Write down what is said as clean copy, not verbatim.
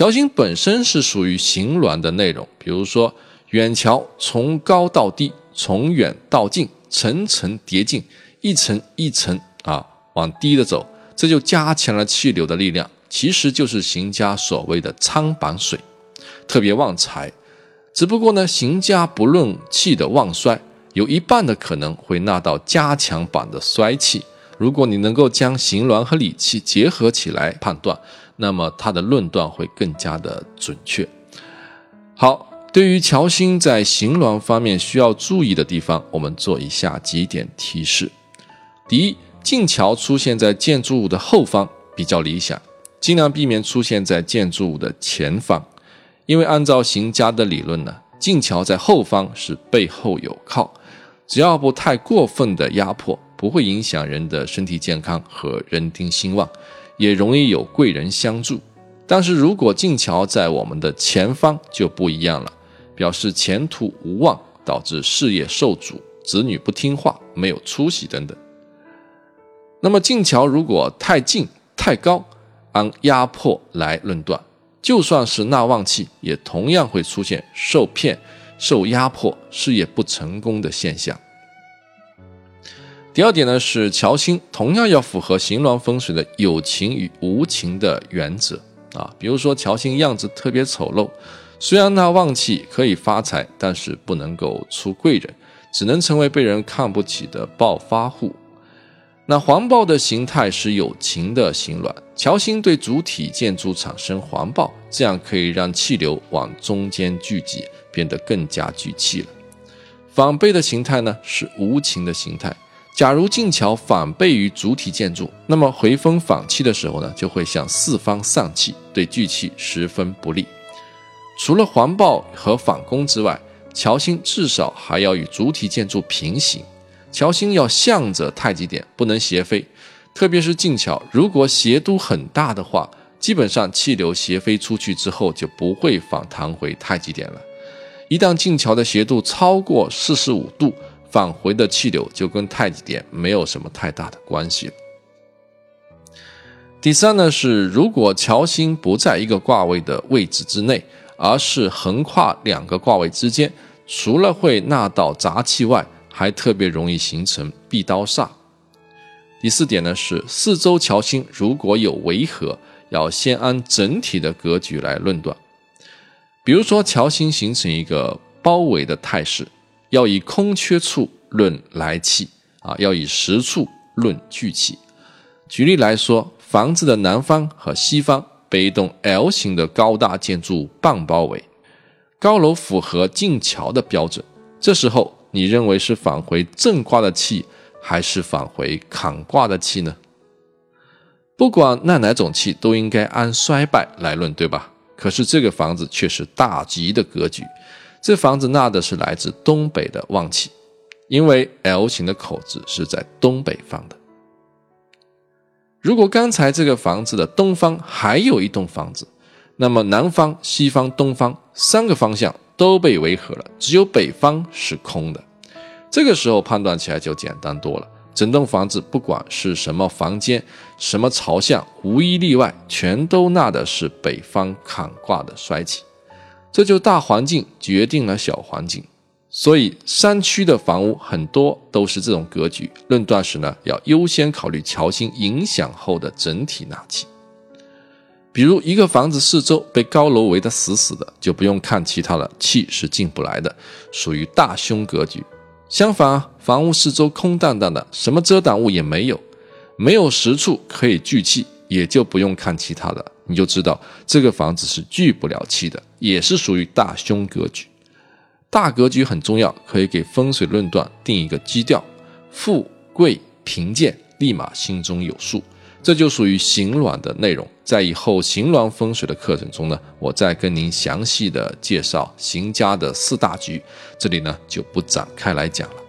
桥星本身是属于形峦的内容，比如说远桥从高到低，从远到近，层层叠进，一层一层往低的走，这就加强了气流的力量，其实就是行家所谓的仓板水，特别旺财。只不过呢，行家不论气的旺衰，有一半的可能会纳到加强版的衰气。如果你能够将形峦和理气结合起来判断，那么它的论断会更加的准确。好，对于桥星在形峦方面需要注意的地方，我们做以下几点提示。第一，进桥出现在建筑物的后方比较理想，尽量避免出现在建筑物的前方，因为按照行家的理论呢，进桥在后方是背后有靠，只要不太过分的压迫，不会影响人的身体健康和人丁兴旺，也容易有贵人相助。但是如果进桥在我们的前方就不一样了，表示前途无望，导致事业受阻，子女不听话，没有出息等等。那么进桥如果太近太高，按压迫来论断，就算是纳旺气，也同样会出现受骗、受压迫、事业不成功的现象。第二点呢，是桥星同样要符合形峦风水的有情与无情的原则比如说桥星样子特别丑陋，虽然纳旺气可以发财，但是不能够出贵人，只能成为被人看不起的暴发户。那环抱的形态是有情的形峦，桥星对主体建筑产生环抱，这样可以让气流往中间聚集，变得更加聚气了。反背的形态呢，是无情的形态。假如进桥反背于主体建筑，那么回风反气的时候呢，就会向四方散气，对聚气十分不利。除了环抱和反攻之外，桥星至少还要与主体建筑平行，桥星要向着太极点，不能斜飞。特别是进桥，如果斜度很大的话，基本上气流斜飞出去之后就不会反弹回太极点了。一旦进桥的斜度超过45度，返回的气流就跟太极点没有什么太大的关系了。第三呢，是如果桥星不在一个卦位的位置之内，而是横跨两个卦位之间，除了会纳到杂气外，还特别容易形成壁刀煞。第四点呢，是四周桥星如果有围合，要先按整体的格局来论断。比如说桥星形成一个包围的态势，要以空缺处论来气要以实处论聚气。举例来说，房子的南方和西方被一栋 L 型的高大建筑物半包围，高楼符合进桥的标准，这时候你认为是返回正卦的气，还是返回坎卦的气呢？不管纳哪种气，都应该按衰败来论，对吧？可是这个房子却是大吉的格局，这房子纳的是来自东北的旺气，因为 L 型的口子是在东北方的。如果刚才这个房子的东方还有一栋房子，那么南方、西方、东方三个方向都被围合了，只有北方是空的。这个时候判断起来就简单多了，整栋房子不管是什么房间、什么朝向，无一例外全都纳的是北方坎卦的衰气。这就大环境决定了小环境，所以山区的房屋很多都是这种格局，论断时呢，要优先考虑桥星影响后的整体纳气。比如一个房子四周被高楼围得死死的，就不用看其他的，气是进不来的，属于大凶格局。相反房屋四周空荡荡的，什么遮挡物也没有，没有实处可以聚气，也就不用看其他的，你就知道这个房子是聚不了气的，也是属于大凶格局。大格局很重要，可以给风水论断定一个基调，富贵贫贱立马心中有数，这就属于形峦的内容。在以后形峦风水的课程中呢，我再跟您详细的介绍行家的四大局，这里呢就不展开来讲了。